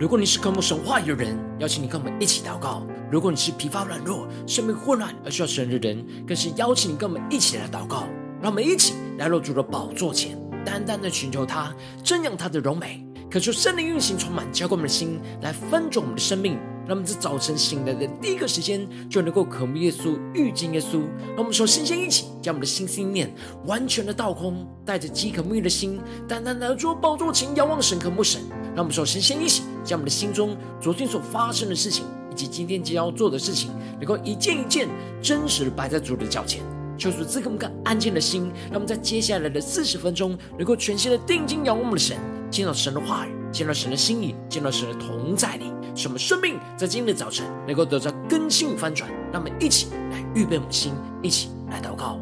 如果你是渴慕神话语的人，邀请你跟我们一起祷告；如果你是疲乏软弱、生命混乱而需要神的人，更是邀请你跟我们一起来祷告。让我们一起来到主的宝座前，单单的寻求他，瞻仰他的荣美，恳求圣灵运行充满，浇灌我们的心，来翻转我们的生命。让我们在早晨醒来的第一个时间，就能够渴慕耶稣、遇见耶稣。让我们首先一起将我们的心思念完全的倒空，带着饥渴沐浴的心，单单来到主宝座前，仰望神、渴慕神。让我们首先一起将我们的心中昨天所发生的事情，以及今天即将要做的事情，能够一件一件真实的摆在主的脚前。求主赐给我们个安静的心，让我们在接下来的40分钟，能够全心的定睛仰望我们的神，见到神的话语，见到神的心意，见到神的同在里，使我们生命在今天的早晨能够得到更新翻转。让我们一起来预备我们的心，一起来祷告。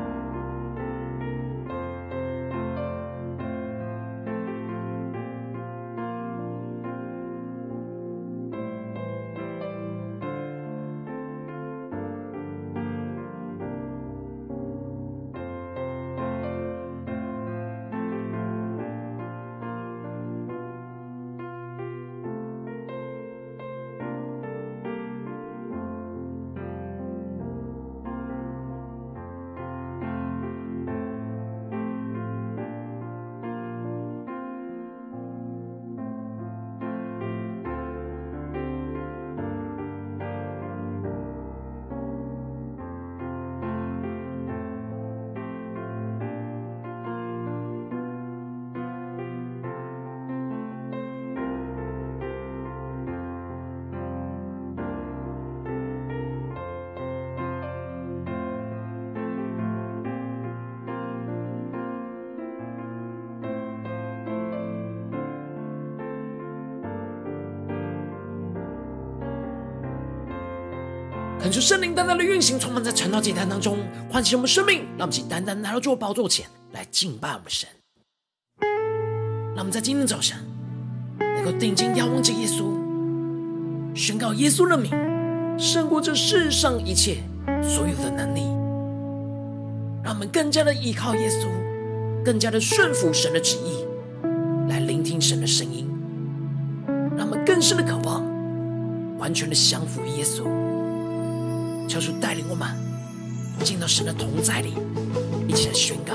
恳求圣灵单单的运行，充满在晨祷祭坛当中，唤醒我们生命。让我们一起单单来到主宝座前来敬拜我们神。让我们在今天早晨能够定睛仰望着耶稣，宣告耶稣的名胜过这世上一切所有的能力。让我们更加的依靠耶稣，更加的顺服神的旨意，来聆听神的声音。让我们更深的渴望完全的降服耶稣。求主带领我们进到神的同在里，一起来宣告：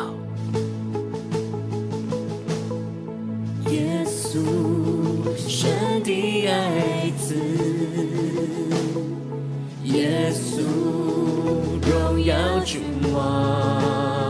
耶稣，神的爱子；耶稣，荣耀君王，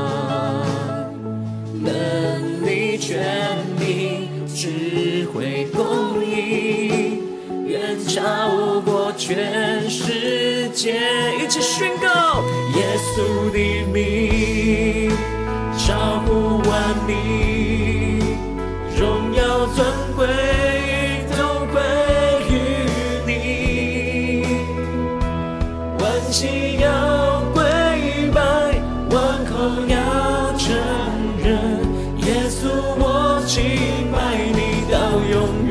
能力、权柄、智慧、公义，远超过全世界。一起宣告：耶稣的名超乎万名，荣耀尊贵都归于你，万膝要跪拜，万口要承认，耶稣我敬拜你到永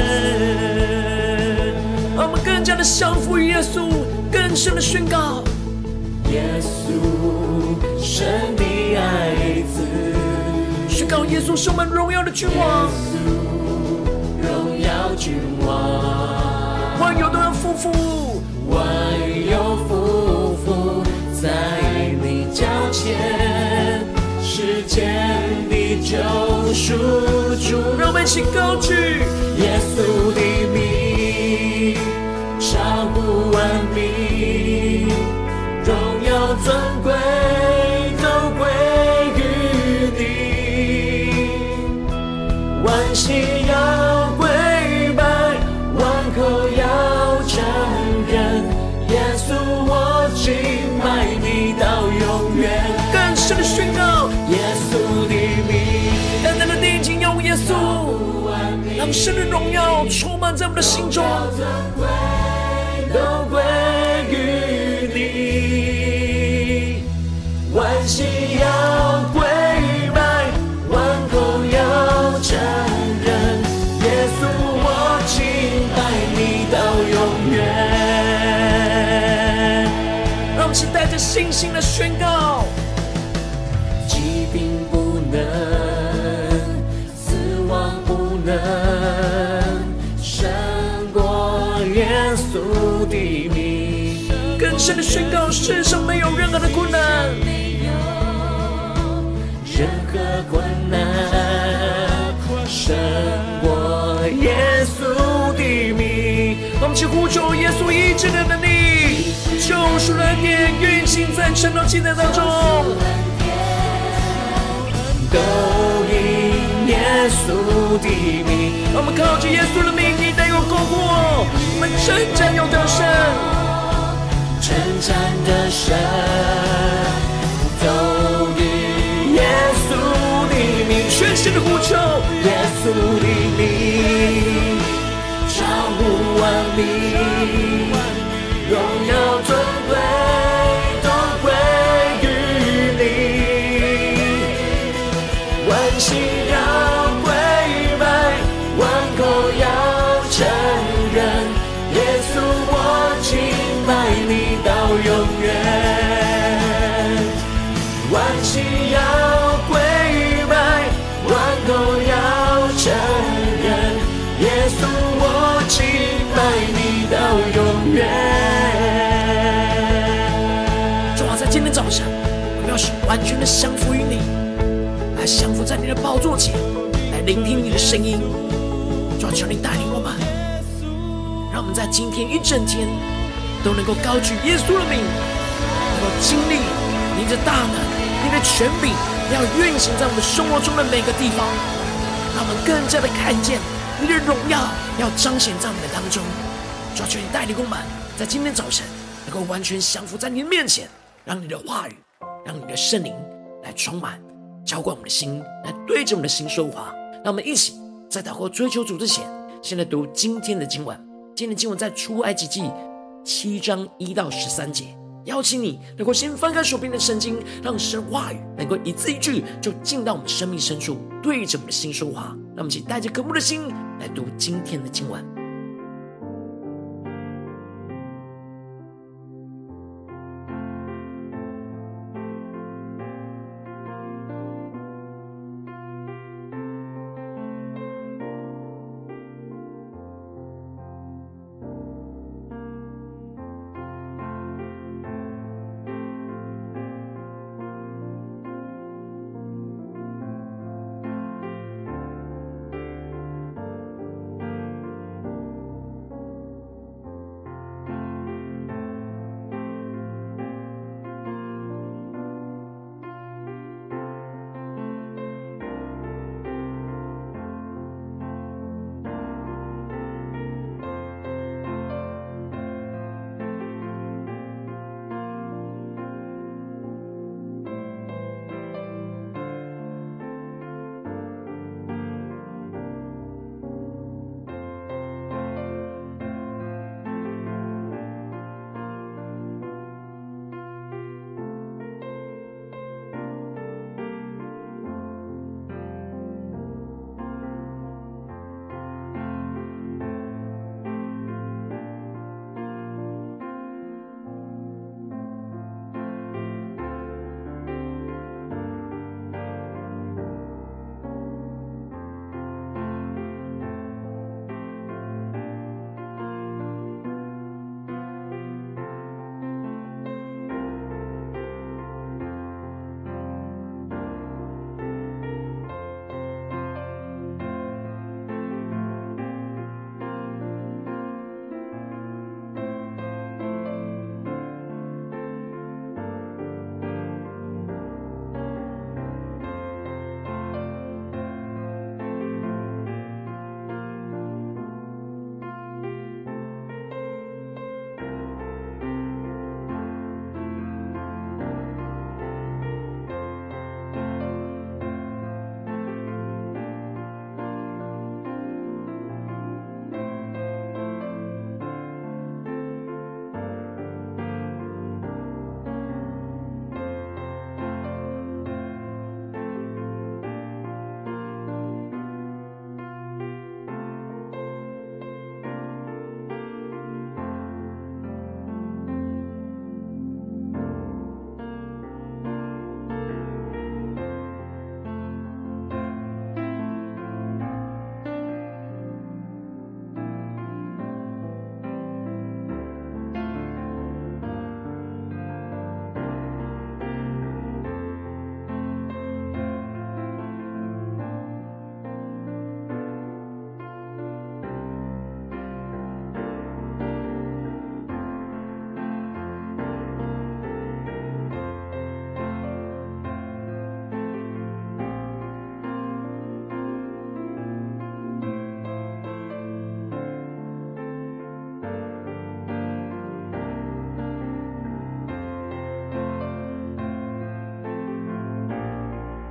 远。 让我们更加的降服于耶稣，更深的宣告： 耶稣，神的爱子。 宣告耶稣是我们荣耀的君王， 荣耀君王， 万有都要匍匐， 万有匍匐在你脚前，世间的救赎主。 让我们一起高举耶稣的名超乎万名，荣耀尊贵都归于你，万膝要跪拜，万口要承认，耶稣我敬拜你到永远。 更深的宣告耶稣的名， 单单的定睛仰望耶稣，让神的荣耀充满在我们的心中， 都归于你，万膝要跪拜，万口要承认，耶稣我敬拜你到永远。 让我们一起带着信心的宣告： 疾病不能，死亡不能，生深的宣告，世上没有任何的困难， 任何困难胜过耶稣的名。 让我们一起呼求耶稣医治的能力，救赎的恩典运行在圣道祭坛当中， 都因耶稣的名。 让我们靠着耶稣的名，你带有攻破，我们征战有得胜， 征战的胜都因耶稣的名。 全心的呼求耶稣的名超乎万名，荣耀尊贵都归于你，万心要跪拜，万口要承认，耶稣我敬拜你到永远，万心要跪拜，万口要承认，耶稣我敬拜你到永远。 主啊，在今天早晨，我们要是完全的降服于你，来降服在你的宝座前，来聆听你的声音。主啊，求你带领我们，让我们在今天一整天都能够高举耶稣的名，能够经历你的大能、你的权柄，要运行在我们生活中的每个地方，让我们更加的看见你的荣耀要彰显在我们的当中。主啊，求你带领我们，在今天早晨能够完全降服在你的面前，让你的话语，让你的圣灵来充满、浇灌我们的心，来对着我们的心说话。让我们一起在祷告追求主之前，先来读今天的经文。今天的经文在出埃及记7章1到13节。邀请你能够先翻开手边的圣经，让神话语能够一字一句就进到我们生命深处，对着我们的心说话。让我们一起带着渴慕的心来读今天的经文。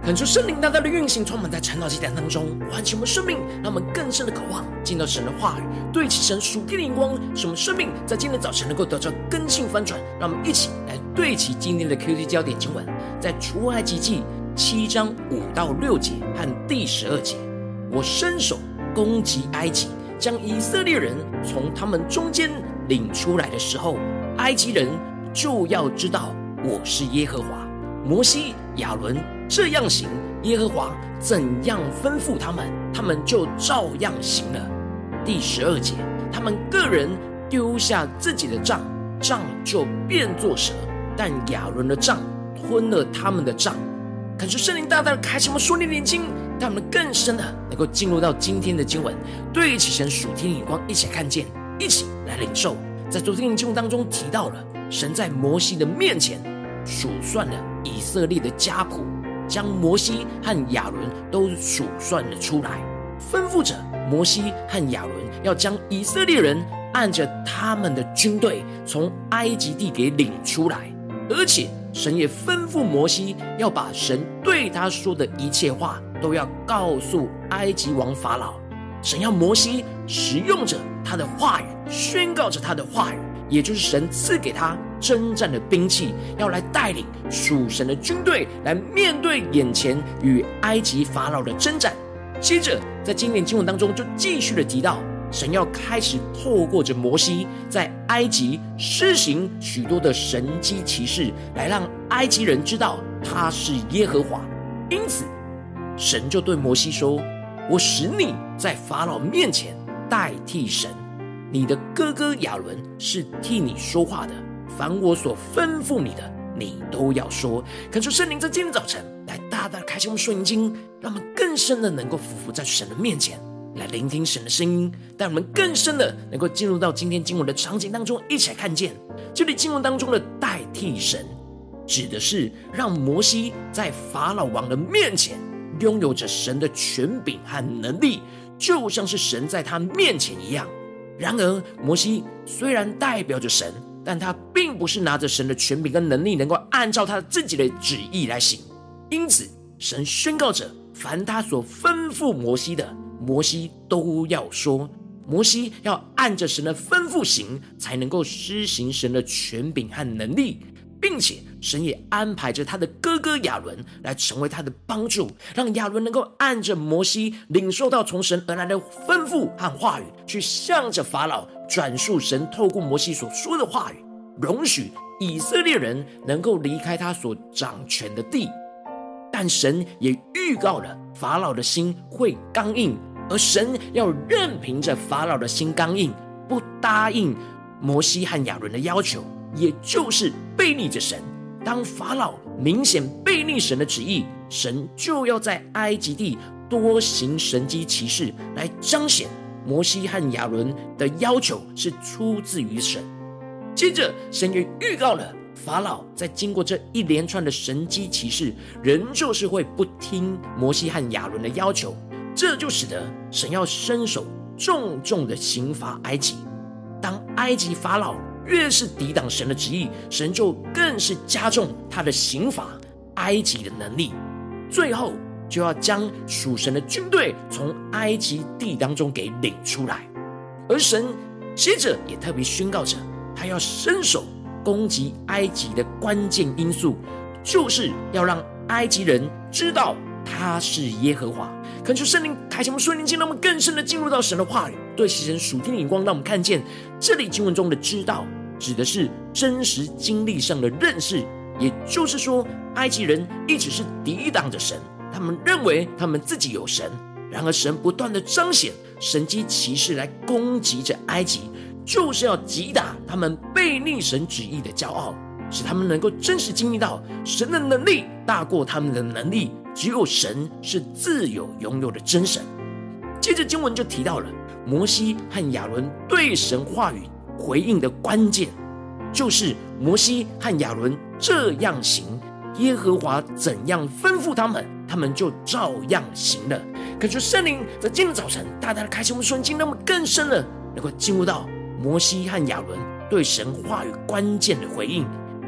恳求圣灵大大的运行，充满在晨祷祭坛当中，唤醒我们生命，让我们更深的渴望进到神的话语，对齐神属天的眼光，使我们生命在今天的早晨能够得到更新翻转。让我们一起来对齐今天的 QT 焦点经文，在出埃及记7章5到6节和第12节。我伸手攻击埃及，将以色列人从他们中间领出来的时候，埃及人就要知道我是耶和华。摩西、亚伦这样行，耶和华怎样吩咐他们，他们就照样行了。第12节，他们个人丢下自己的杖，杖就变作蛇，但亚伦的杖吞了他们的杖。恳求圣灵大大的开启我们属灵的眼睛，让我们更深的能够进入到今天的经文，对齐神属天的眼光，一起看见，一起来领受。在昨天的经文当中提到了，神在摩西的面前数算了以色列的家谱，将摩西和亚伦都数算了出来，吩咐着摩西和亚伦要将以色列人按着他们的军队从埃及地给领出来。而且神也吩咐摩西要把神对他说的一切话都要告诉埃及王法老。神要摩西使用着他的话语，宣告着他的话语，也就是神赐给他征战的兵器，要来带领属神的军队来面对眼前与埃及法老的征战。接着在今天经文当中就继续的提到，神要开始透过着摩西在埃及施行许多的神迹奇事，来让埃及人知道他是耶和华。因此神就对摩西说，我使你在法老面前代替神，你的哥哥亚伦是替你说话的，凡我所吩咐你的，你都要说。恳求圣灵在今天早晨来大大的开启我们属灵经，让我们更深的能够俯伏在神的面前，来聆听神的声音，带我们更深的能够进入到今天经文的场景当中，一起来看见这里经文当中的代替神，指的是让摩西在法老王的面前拥有着神的权柄和能力，就像是神在他面前一样。然而摩西虽然代表着神，但他并不是拿着神的权柄跟能力能够按照他自己的旨意来行。因此神宣告着，凡他所吩咐摩西的，摩西都要说。摩西要按着神的吩咐行，才能够施行神的权柄和能力，并且神也安排着他的哥哥亚伦来成为他的帮助，让亚伦能够按着摩西领受到从神而来的吩咐和话语，去向着法老转述神透过摩西所说的话语，容许以色列人能够离开他所掌权的地。但神也预告了法老的心会刚硬，而神要任凭着法老的心刚硬，不答应摩西和亚伦的要求，也就是背逆着神。当法老明显背逆神的旨意，神就要在埃及地多行神迹奇事，来彰显摩西和亚伦的要求是出自于神。接着神也预告了法老在经过这一连串的神迹奇事，仍旧是会不听摩西和亚伦的要求，这就使得神要伸手重重的刑罚埃及。当埃及法老越是抵挡神的旨意，神就更是加重他的刑罚埃及的能力，最后就要将属神的军队从埃及地当中给领出来。而神接着也特别宣告着，他要伸手攻击埃及的关键因素，就是要让埃及人知道他是耶和华。恳求圣灵开启我们属灵经，让我们更深的进入到神的话语，对其神属天的眼光，让我们看见这里经文中的知道指的是真实经历上的认识。也就是说，埃及人一直是抵挡着神，他们认为他们自己有神，然而神不断的彰显神迹奇事来攻击着埃及，就是要击打他们背逆神旨意的骄傲，使他们能够真实经历到神的能力大过他们的能力，只有神是自有拥有的真神。接着经文就提到了摩西和亚伦对神话语回应的关键，就是摩西和亚伦这样行，耶和华怎样吩咐他们，他们就照样行了。恳求圣灵在今天早晨大大的开启我们属灵经，让我们更深的能够进入到摩西和亚伦对神话语关键的回应，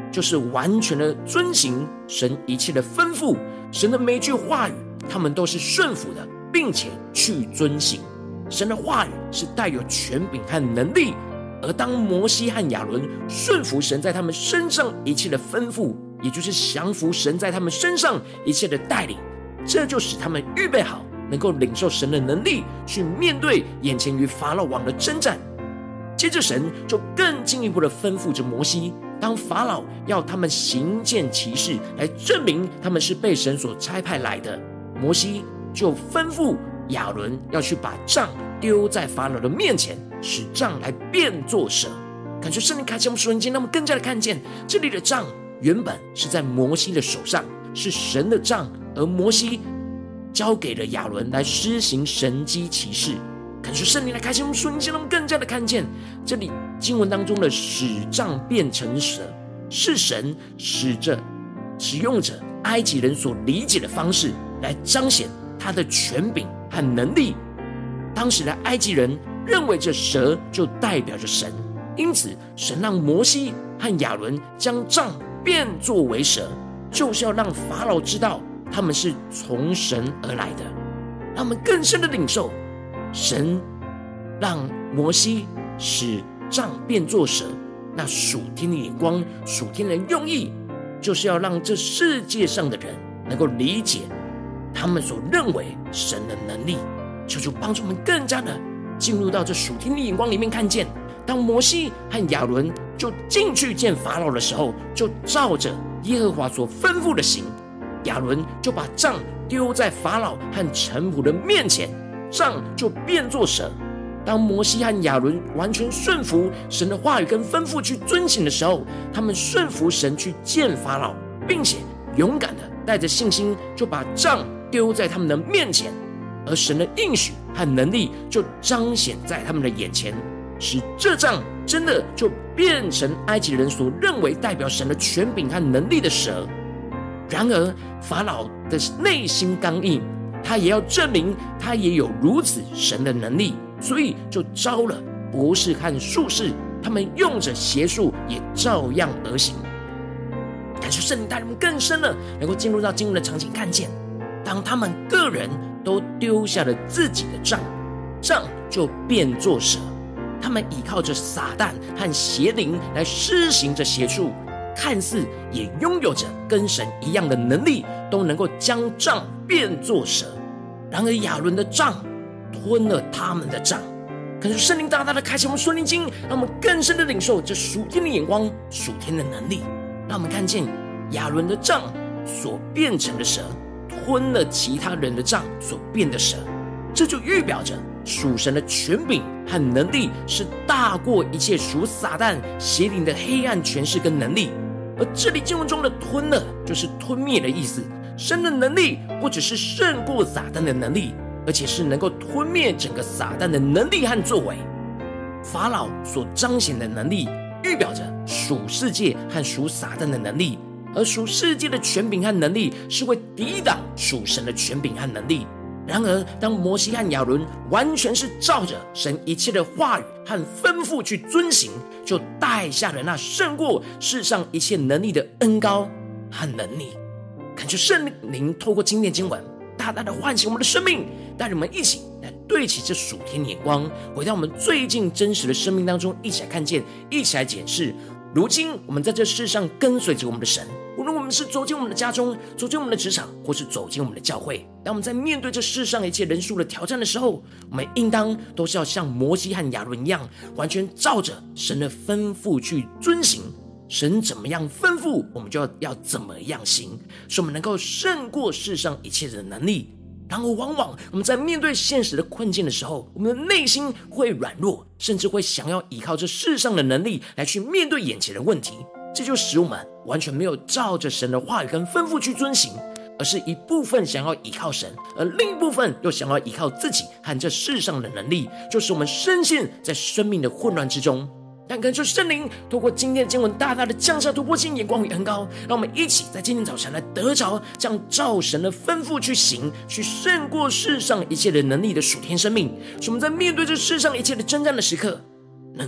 就是完全的遵行神一切的吩咐，神的每一句话语他们都是顺服的，并且去遵行。神的话语是带有权柄和能力，而当摩西和亚伦顺服神在他们身上一切的吩咐，也就是降服神在他们身上一切的带领，这就使他们预备好能够领受神的能力，去面对眼前与法老王的征战。接着神就更进一步的吩咐着摩西，当法老要他们行见奇事来证明他们是被神所差派来的，摩西就吩咐亚伦要去把杖丢在法老的面前，使杖来变作蛇。感觉圣灵开启我们属灵眼睛，让我们更加的看见这里的杖原本是在摩西的手上，是神的杖，而摩西交给了亚伦来施行神迹奇事。感谢圣灵来开启我们属灵眼睛，让我们更加的看见这里经文当中的使杖变成蛇，是神使用着埃及人所理解的方式来彰显他的权柄和能力。当时的埃及人认为这蛇就代表着神，因此神让摩西和亚伦将杖变作为蛇，就是要让法老知道他们是从神而来的，让我们更深的领受神让摩西使杖变作蛇，那属天的眼光，属天的用意，就是要让这世界上的人能够理解他们所认为神的能力。求主帮助我们更加的进入到这属天的眼光里面，看见当摩西和亚伦就进去见法老的时候，就照着耶和华所吩咐的行。亚伦就把杖丢在法老和臣仆的面前，杖就变作蛇。当摩西和亚伦完全顺服神的话语跟吩咐去遵行的时候，他们顺服神去见法老，并且勇敢的带着信心就把杖丢在他们的面前，而神的应许和能力就彰显在他们的眼前，使这杖真的就变成埃及人所认为代表神的权柄和能力的蛇。然而法老的内心刚硬，他也要证明他也有如此神的能力，所以就招了博士和术士，他们用着邪术也照样而行。感谢圣灵带领我们更深了，能够进入到经文的场景，看见当他们个人都丢下了自己的杖，杖就变作蛇。他们依靠着撒旦和邪灵来施行着邪术，看似也拥有着跟神一样的能力，都能够将杖变作蛇。然而亚伦的杖吞了他们的杖。可是圣灵大大的开启我们属灵经，让我们更深的领受这属天的眼光，属天的能力，让我们看见亚伦的杖所变成的蛇吞了其他人的杖所变的蛇。这就预表着属神的权柄和能力是大过一切属撒旦邪灵的黑暗权势跟能力。而这里经文中的吞了就是吞灭的意思，神的能力不只是胜过撒旦的能力，而且是能够吞灭整个撒旦的能力和作为。法老所彰显的能力预表着属世界和属撒旦的能力，而属世界的权柄和能力是会抵挡属神的权柄和能力。然而当摩西和亚伦完全是照着神一切的话语和吩咐去遵行，就带下了那胜过世上一切能力的恩膏和能力。感谢圣灵透过今天经文大大的唤醒我们的生命，带领我们一起来对齐这属天的眼光，回到我们最近真实的生命当中，一起来看见，一起来检视。如今我们在这世上跟随着我们的神，无论我们是走进我们的家中，走进我们的职场，或是走进我们的教会，当我们在面对这世上一切人数的挑战的时候，我们应当都是要像摩西和亚伦一样，完全照着神的吩咐去遵行。神怎么样吩咐，我们就要怎么样行，使我们能够胜过世上一切的能力。然而往往我们在面对现实的困境的时候，我们的内心会软弱，甚至会想要依靠这世上的能力来去面对眼前的问题，这就使我们完全没有照着神的话语跟吩咐去遵行，而是一部分想要依靠神，而另一部分又想要依靠自己和这世上的能力，就使我们深陷在生命的混乱之中。但恳求圣灵透过今天的经文大大的降下突破性眼光与恩膏，让我们一起在今天早晨来得着这样照神的吩咐去行，去胜过世上一切的能力的属天生命，使我们在面对这世上一切的征战的时刻，能够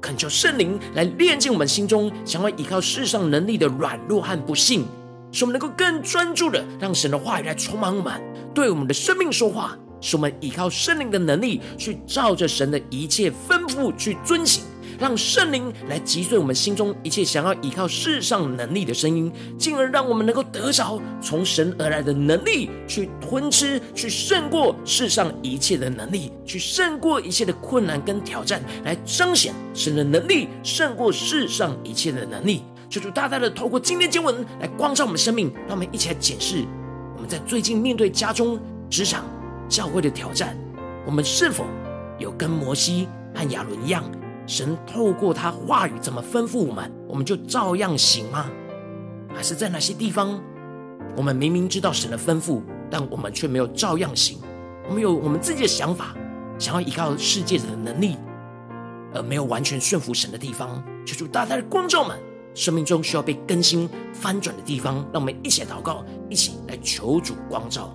恳求圣灵来炼净我们心中想要依靠世上能力的软弱和不信，使我们能够更专注的让神的话语来充满我们，对我们的生命说话，使我们依靠圣灵的能力去照着神的一切吩咐去遵行，让圣灵来击碎我们心中一切想要依靠世上能力的声音，进而让我们能够得着从神而来的能力，去吞吃，去胜过世上一切的能力，去胜过一切的困难跟挑战，来彰显神的能力胜过世上一切的能力。求主大大的透过今天经文来光照我们生命，让我们一起来检视我们在最近面对家中、职场、教会的挑战，我们是否有跟摩西和亚伦一样，神透过他话语怎么吩咐我们，我们就照样行吗？还是在哪些地方我们明明知道神的吩咐，但我们却没有照样行？我们有我们自己的想法，想要依靠世界的能力，而没有完全顺服神的地方。求主大大的光照们生命中需要被更新翻转的地方，让我们一起来祷告，一起来求主光照。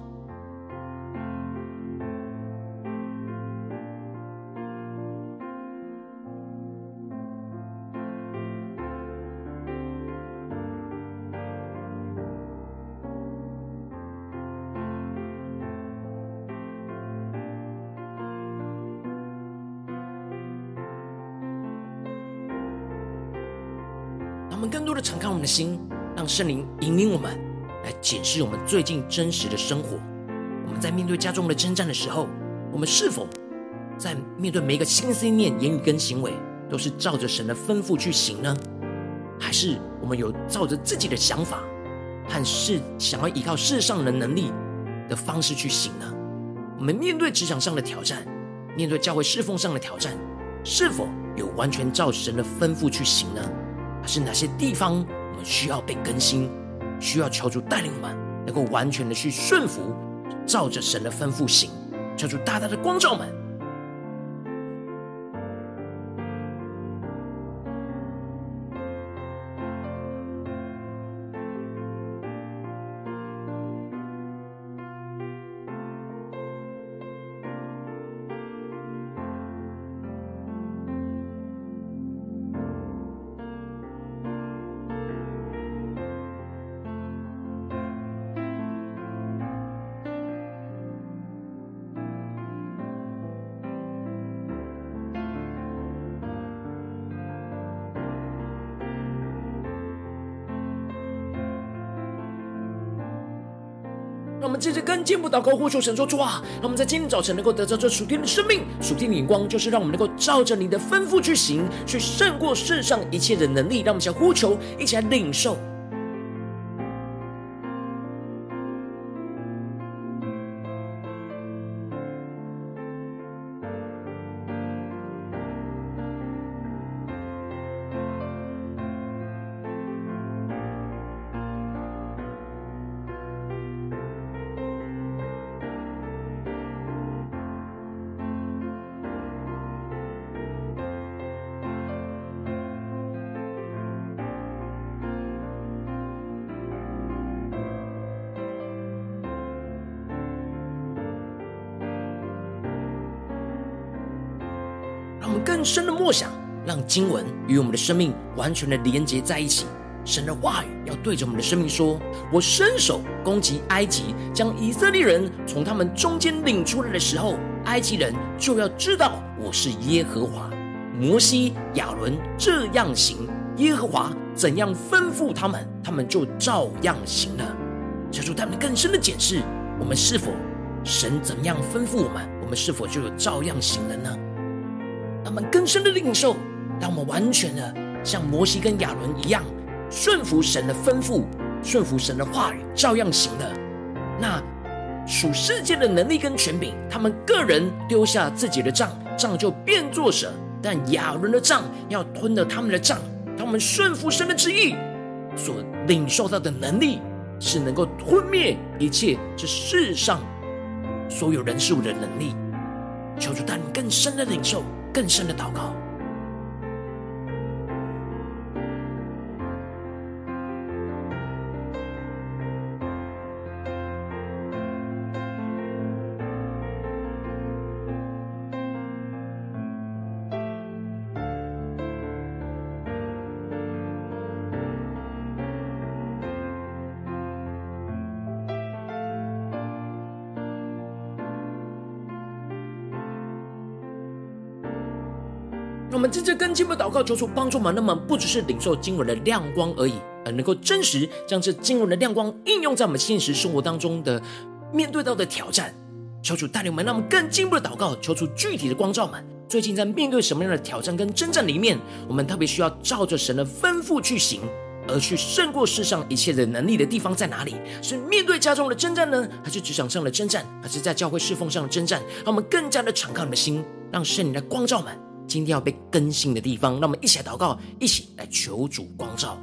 让我们更多的敞开我们的心，让圣灵引领我们来检视我们最近真实的生活。我们在面对家中的征战的时候，我们是否在面对每一个心思念、言语跟行为，都是照着神的吩咐去行呢？还是我们有照着自己的想法和想要依靠世上的能力的方式去行呢？我们面对职场上的挑战，面对教会侍奉上的挑战，是否有完全照神的吩咐去行呢？还是哪些地方我们需要被更新，需要求主带领我们能够完全的去顺服，照着神的吩咐行？求主大大的光照我们。让我们接着跟进步祷告，呼求神说：主啊，让我们在今天早晨能够得到这属天的生命、属天的眼光，就是让我们能够照着你的吩咐去行，去胜过世上一切的能力。让我们一起来呼求，一起来领受。让我们更深的默想，让经文与我们的生命完全的连结在一起。神的话语要对着我们的生命说：我伸手攻击埃及，将以色列人从他们中间领出来的时候，埃及人就要知道我是耶和华。摩西、亚伦这样行，耶和华怎样吩咐他们，他们就照样行了。求主他们更深的检视，我们是否神怎么样吩咐我们，我们是否就有照样行了呢？让我们更深的领受，让我们完全的像摩西跟亚伦一样，顺服神的吩咐，顺服神的话语，照样行了。那属世界的能力跟权柄，他们个人丢下自己的杖，杖就变作蛇；但亚伦的杖要吞了他们的杖。他们顺服神的旨意，所领受到的能力，是能够吞灭一切这世上所有人事物的能力。求主带领更深的领受，更深的祷告。 让我们接着更进一步祷告，求主帮助我们，那么不只是领受经文的亮光而已，而能够真实将这经文的亮光应用在我们现实生活当中的面对到的挑战。求主带领我们，让我们更进一步的祷告，求主具体的光照我们。最近在面对什么样的挑战跟征战里面，我们特别需要照着神的吩咐去行，而去胜过世上一切的能力的地方在哪里？是面对家中的征战呢，还是职场上的征战，还是在教会侍奉上的征战？让我们更加的敞开我们的心，让圣灵来光照我们今天要被更新的地方。让我们一起来祷告，一起来求主光照。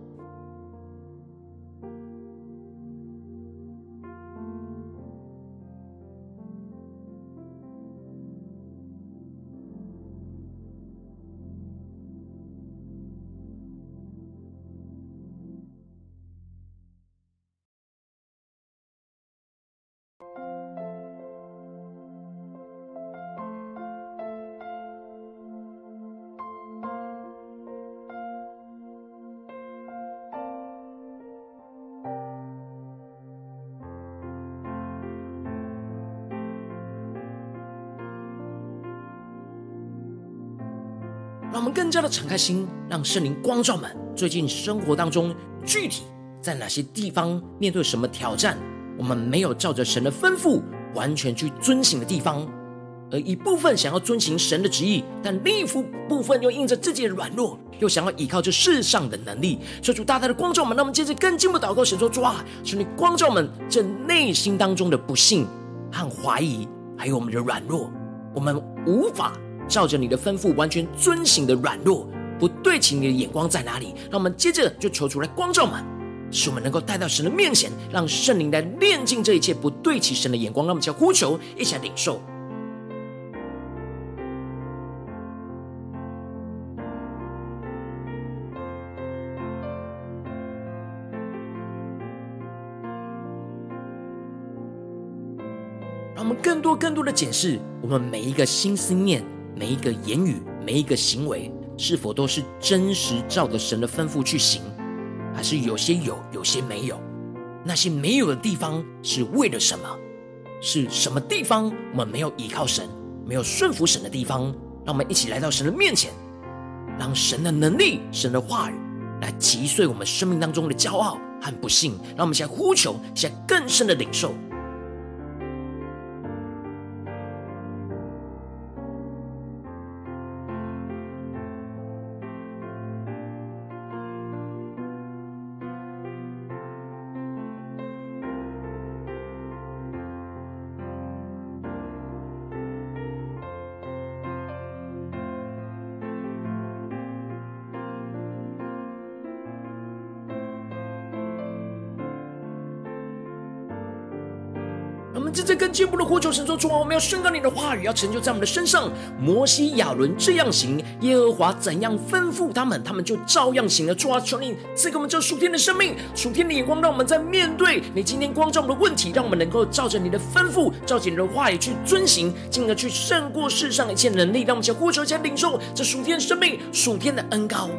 让我们更加的敞开心，让圣灵光照们最近生活当中具体在哪些地方面对什么挑战，我们没有照着神的吩咐完全去遵行的地方，而一部分想要遵行神的旨意，但另一部分又因着自己的软弱，又想要依靠这世上的能力。求主大大的光照我们，让我们接着更进一步祷告，神说：主啊，求你光照我们这内心当中的不信和怀疑，还有我们的软弱，我们无法照着你的吩咐完全遵行的软弱，不对齐你的眼光在哪里？让我们接着就求主来光照我们，使我们能够带到神的面前，让圣灵来炼净这一切不对齐神的眼光。让我们一起来呼求，一起来领受。让我们更多的检视我们每一个心思念，每一个言语，每一个行为，是否都是真实照着神的吩咐去行，还是有些有，有些没有？那些没有的地方是为了什么？是什么地方我们没有依靠神，没有顺服神的地方？让我们一起来到神的面前，让神的能力，神的话语来击碎我们生命当中的骄傲和不幸。让我们一起来呼求，一起来更深的领受。我们接着更进一步的呼求神说：主啊，我们要宣告你的话语要成就在我们的身上。摩西亚伦这样行，耶和华怎样吩咐他们，他们就照样行了。主啊，求你赐给我们这属天的生命，属天的眼光，让我们在面对你今天光照我们的问题，让我们能够照着你的吩咐，照着你的话语去遵行，进而去胜过世上一切能力。让我们先呼求，先领受这属天的生命，属天的恩膏。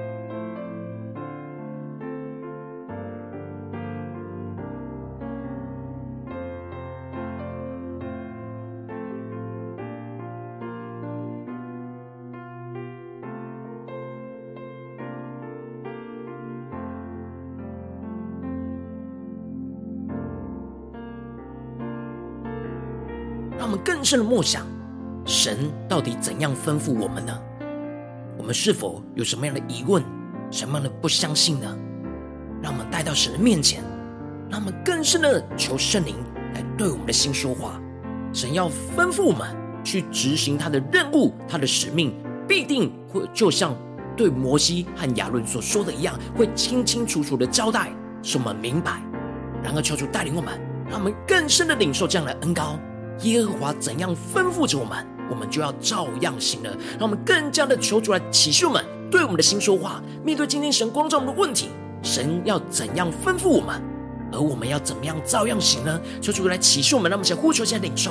让我们更深的默想，神到底怎样吩咐我们呢？我们是否有什么样的疑问，什么样的不相信呢？让我们带到神的面前，让我们更深的求圣灵来对我们的心说话。神要吩咐我们去执行他的任务，他的使命必定会就像对摩西和亚伦所说的一样，会清清楚楚的交代，使我们明白。然而求主带领我们，让我们更深的领受这样的恩膏。耶和华怎样吩咐着我们，我们就要照样行了。让我们更加的求主来启示我们，对我们的心说话。面对今天神光照我们的问题，神要怎样吩咐我们，而我们要怎么样照样行呢？求主来启示我们，让我们先呼求，先领受。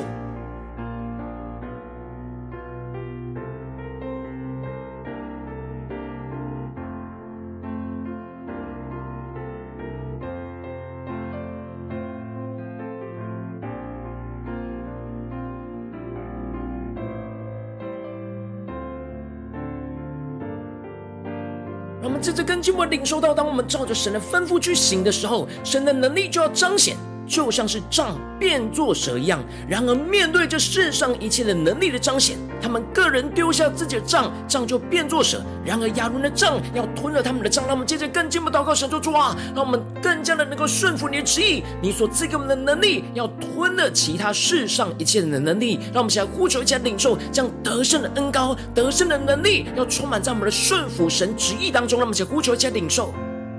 让我们在这更进一步领受到，当我们照着神的吩咐去行的时候，神的能力就要彰显，就像是杖变作蛇一样。然而面对这世上一切的能力的彰显，他们个人丢下自己的杖，杖就变作蛇。然而亚伦的杖要吞了他们的杖。让我们接着更进一步祷告神说，主啊，让我们更加的能够顺服你的旨意，你所赐给我们的能力要吞了其他世上一切的能力。让我们一起来呼求，一起来领受这样得胜的恩膏，得胜的能力要充满在我们的顺服神旨意当中。让我们一起来呼求，一起来领受。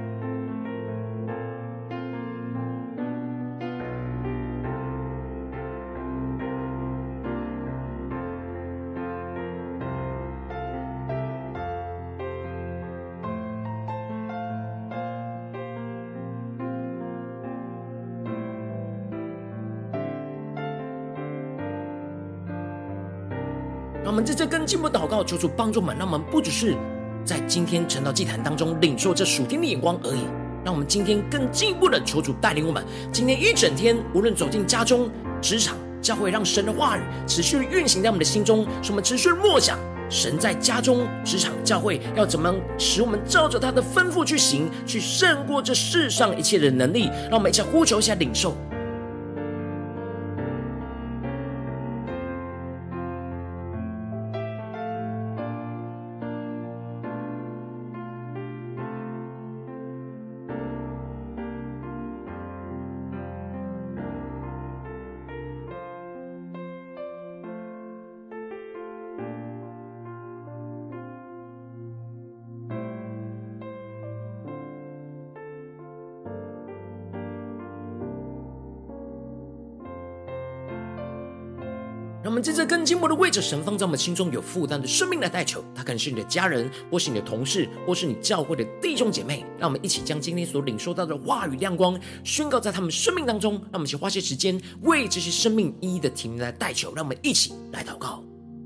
让我们在这更进一步祷告，求主帮助我们，让我们不只是在今天晨祷祭坛当中领受这属天的眼光而已，让我们今天更进一步的求主带领我们，今天一整天无论走进家中、职场、教会，让神的话语持续运行在我们的心中，使我们持续默想神在家中、职场、教会要怎么使我们照着他的吩咐去行，去胜过这世上一切的能力。让我们一起呼求，一下领受。让我们在这更进一步的为着神放在我们心中有负担的生命来代求，他可能是你的家人，或是你的同事，或是你教会的弟兄姐妹。让我们一起将今天所领受到的话语亮光宣告在他们生命当中。让我们一起花些时间为这些生命一一的提名来代求。让我们一起来祷告。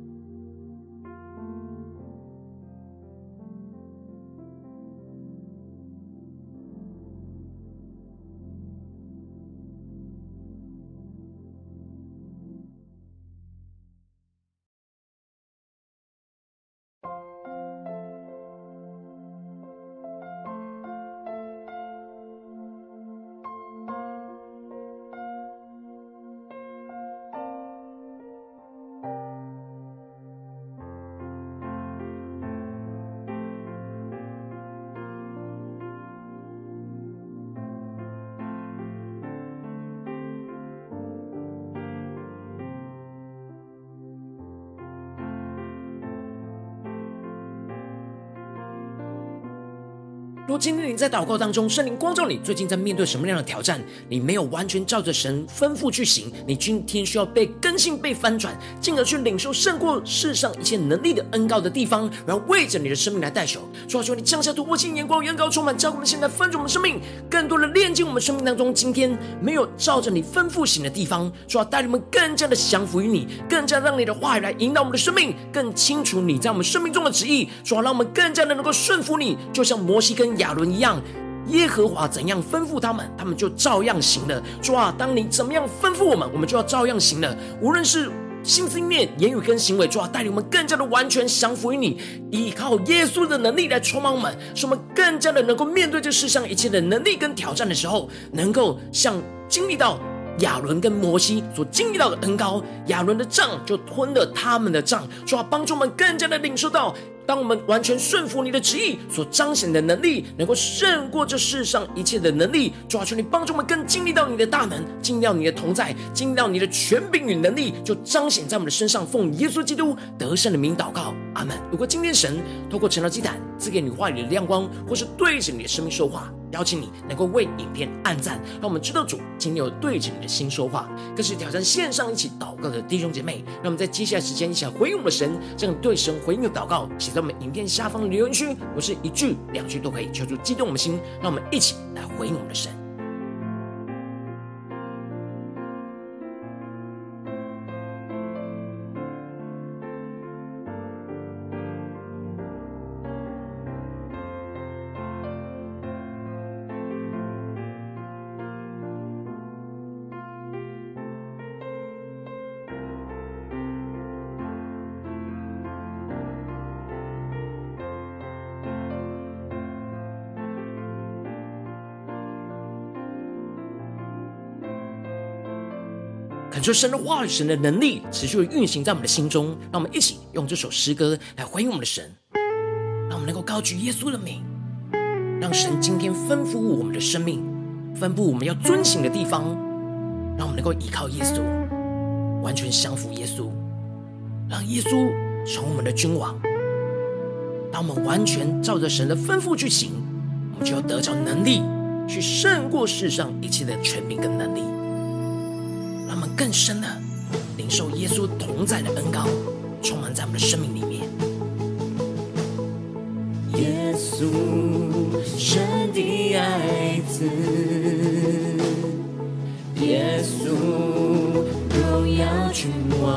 如果今天你在祷告当中，圣灵光照你最近在面对什么样的挑战，你没有完全照着神吩咐去行，你今天需要被更新、被翻转，进而去领受胜过世上一切能力的恩膏的地方，然后为着你的生命来代求。主啊，求你降下突破性眼光，恩膏充满，教我们现在翻转我们生命，更多的炼净我们生命当中今天没有照着你吩咐行的地方。主啊，带领我们更加的降服于你，更加让你的话语来引导我们的生命，更清楚你在我们生命中的旨意。主啊，让我们更加的能够顺服你，就像摩西跟亚伦一样，耶和华怎样吩咐他们，他们就照样行了。主啊，当你怎么样吩咐我们，我们就要照样行了。无论是心思意念、言语跟行为，主啊，带领我们更加的完全降服于你，依靠耶稣的能力来充满我们，使我们更加的能够面对这世上一切的能力跟挑战的时候，能够像经历到亚伦跟摩西所经历到的恩膏，亚伦的杖就吞了他们的杖。主啊，帮助我们更加的领受到，当我们完全顺服你的旨意所彰显的能力，能够胜过这世上一切的能力。主啊，求你帮助我们更经历到你的大能，经历到你的同在，经历到你的权柄与能力，就彰显在我们的身上。奉耶稣基督得胜的名祷告，阿们。如果今天神透过晨祷祭坛赐给你话语的亮光，或是对着你的生命说话，邀请你能够为影片按赞，让我们知道主今天有对着你的心说话。更是挑战线上一起祷告的弟兄姐妹，让我们在接下来时间一起来回应我们的神，这样对神回应的祷告写在我们影片下方的留言区，不是一句两句都可以，求主激动我们心，让我们一起来回应我们的神。 恳求神的话语、神的能力持续的运行在我们的心中。让我们一起用这首诗歌来回应我们的神，让我们能够高举耶稣的名，让神今天吩咐我们的生命，吩咐我们要遵行的地方，让我们能够依靠耶稣，完全降服耶稣，让耶稣成为我们的君王。当我们完全照着神的吩咐去行，我们就要得着能力去胜过世上一切的权柄跟能力，让我们更深的领受耶稣同在的恩膏，充满在我们的生命里面。 耶稣，神的爱子，耶稣，荣耀君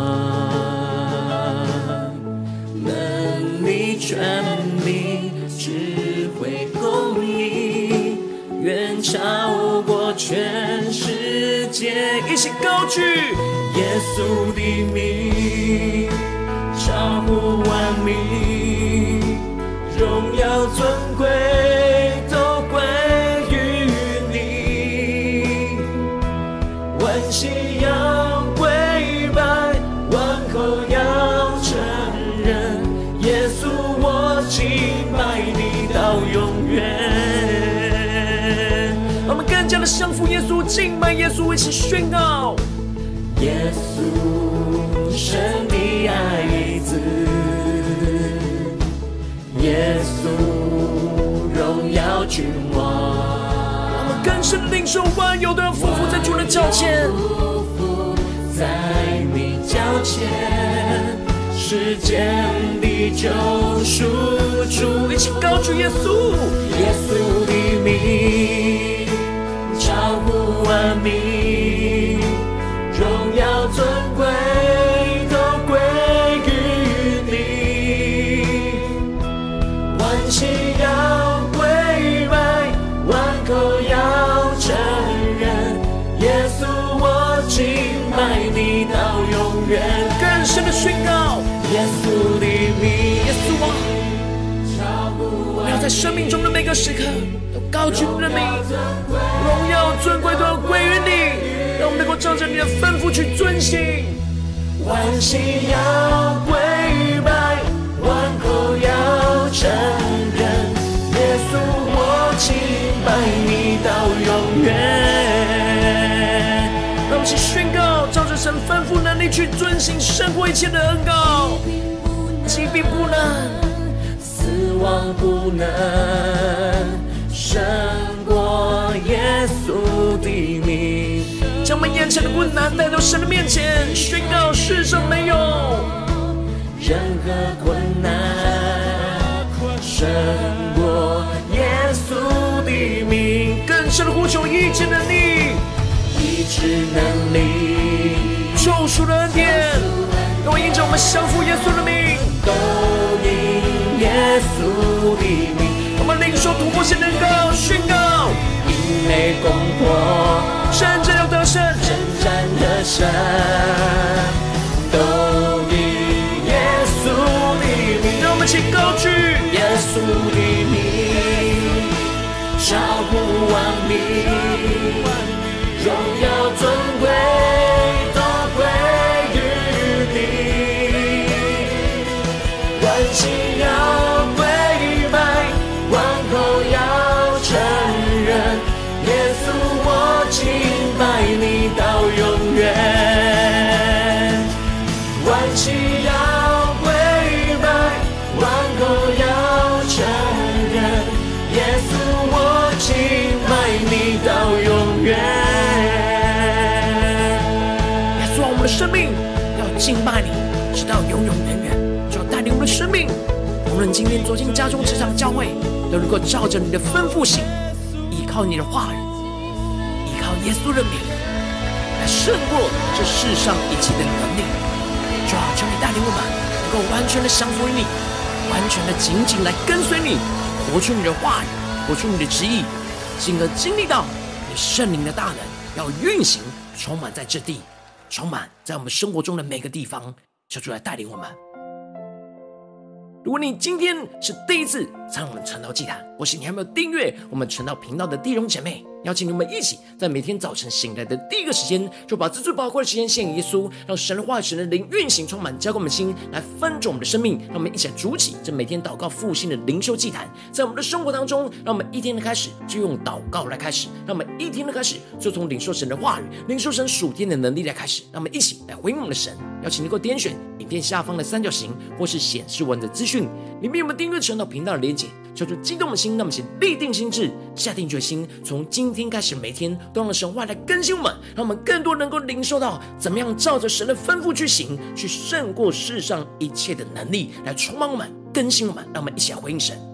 王，能力、权柄、智慧、公义，远超过全世界。 一起高举耶稣的名，超乎万名，荣耀尊贵都归于你，万膝要跪拜，万口要承认，耶稣我敬拜你到永远。 让我们更加的降服耶稣，敬拜耶稣，一起宣告： 耶稣，神的爱子，耶稣，荣耀君王。 让我们更深的领受万有的匍匐在主的脚前， 匍匐在你脚前，世间的救赎主。 一起高举耶稣， 耶稣的名，超乎万名，荣耀尊贵都归于你，万膝要跪拜，万口要承认，耶稣我敬拜你到永远。 更深的宣告耶稣的名， 耶稣啊，我要在生命中的每个时刻都高举你的名，荣耀尊贵都要归于你，让我们能够照着你的吩咐去遵行。 万膝要跪拜，万口要承认，耶稣我敬拜你到永远。 让我们一起宣告，照着神吩咐能力去遵行，胜过一切的恩膏。疾病不能， 死亡不能胜过耶稣的名。 将我们眼前的困难带到神的面前，宣告世上没有任何困难胜过耶稣的名。 更深的呼求医治能力， 医治能力， 救赎的恩典，都因着我们降服耶稣的名， 都因耶稣的名。 我们领受突破性能够宣告， 因为攻破真正要得胜， 征战得胜，都因耶稣的名。 让我们一起高举耶稣的名，超乎万名，荣耀尊贵都归于你，万膝要跪拜，万口要承认，耶稣我敬拜你到永远。万膝要跪拜，万口要承认，耶稣我敬拜你到永远。 耶稣啊，我们的生命要敬拜你，直到永永远远。就要带领我们的生命，无论今天走进家中、职场、教会，都能够照着你的吩咐行，依靠你的话语，依靠耶稣的名，来胜过这世上一切的能力。就好求你带领我们，能够完全的降服于你，完全的紧紧来跟随你，活出你的话语，活出你的旨意，进而经历到你圣灵的大能要运行，充满在这地，充满在我们生活中的每个地方。求主来带领我们。 如果你今天是第一次参与我们晨祷祭坛，或是你还没有订阅我们晨祷频道的弟兄姐妹，邀请你们一起在每天早晨醒来的第一个时间，就把最宝贵的时间献给耶稣，让神的话语、神的灵运行充满，浇灌我们的心，来翻转我们的生命。让我们一起来筑起这每天祷告复兴的灵修祭坛，在我们的生活当中，让我们一天的开始就用祷告来开始，让我们一天的开始就从领受神的话语、领受神属天的能力来开始。让我们一起来回应我们的神。邀请你能够点选影片下方的三角形，或是显示文的资讯，里面有我们订阅晨祷频道的连结，叫做激动的心。那么请立定心志，下定决心，从今天开始每天都让神话来更新我们，让我们更多能够领受到怎么样照着神的吩咐去行，去胜过世上一切的能力，来充满我们，更新我们。让我们一起来回应神。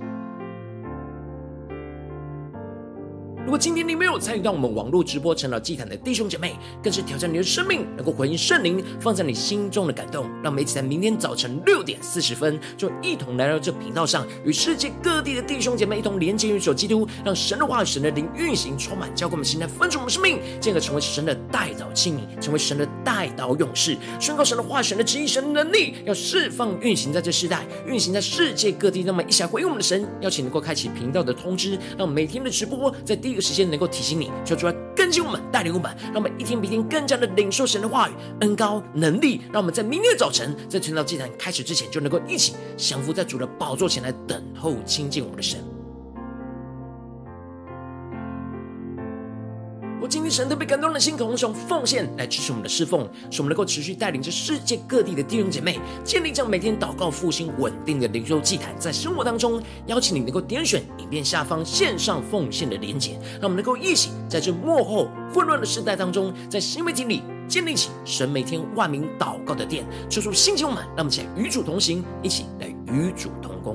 如果今天你没有参与到我们网络直播晨祷祭坛的弟兄姐妹，更是挑战你的生命，能够回应圣灵放在你心中的感动。让我们一起在明天早晨6:40，就一同来到这频道上，与世界各地的弟兄姐妹一同连接与主基督，让神的话语、神的灵运行充满，浇灌我们心，来分盛我们生命，进而成为神的代祷器皿，成为神的代祷勇士，宣告神的话语、神的旨意、神的能力，要释放运行在这世代，运行在世界各地。那么一起来回应我们的神，邀请能够开启频道的通知，让每天的直播在第一个时间能够提醒你，求主来更新我们，带领我们，让我们一天比一天更加的领受神的话语、恩膏能力，让我们在明天早晨在晨祷祭坛开始之前，就能够一起降服在主的宝座前来等候亲近我们的神。我今天神特别感动的心，渴望用奉献来支持我们的侍奉，使我们能够持续带领着世界各地的弟兄姐妹建立这样每天祷告复兴稳定的灵修祭坛。在生活当中，邀请你能够点选影片下方线上奉献的连结，让我们能够一起在这末后混乱的时代当中，在新媒体里建立起神每天万名祷告的殿。求主兴起我们，让我们一起来与主同行，一起来与主同工。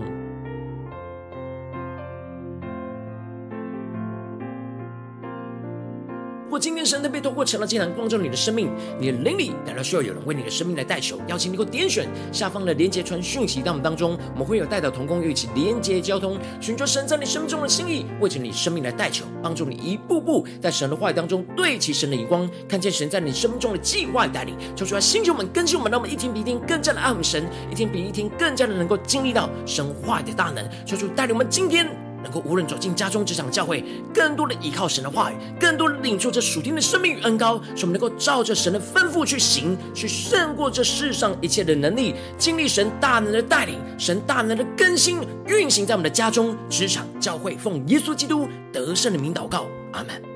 如果今天神特别透过晨祷祭坛光照你的生命，你的灵里感到需要有人为你的生命来代求，邀请你能够点选下方的连结传讯息到我们当中，我们会有代祷同工一起连结交通，寻求神在你生命中的心意，为着你生命来代求，帮助你一步步在神的话语当中对齐神的眼光，看见神在你生命中的计划带领。求主来兴起我们，更新我们，让我们一天比一天更加的爱我们神，一天比一天更加的能够经历到神话语的大能。求主带领我们今天能够无论走进家中、职场、教会，更多的依靠神的话语，更多的领受这属天的生命与恩膏，使我们能够照着神的吩咐去行，去胜过这世上一切的能力，经历神大能的带领，神大能的更新运行在我们的家中、职场、教会。奉耶稣基督得胜的名祷告，阿们。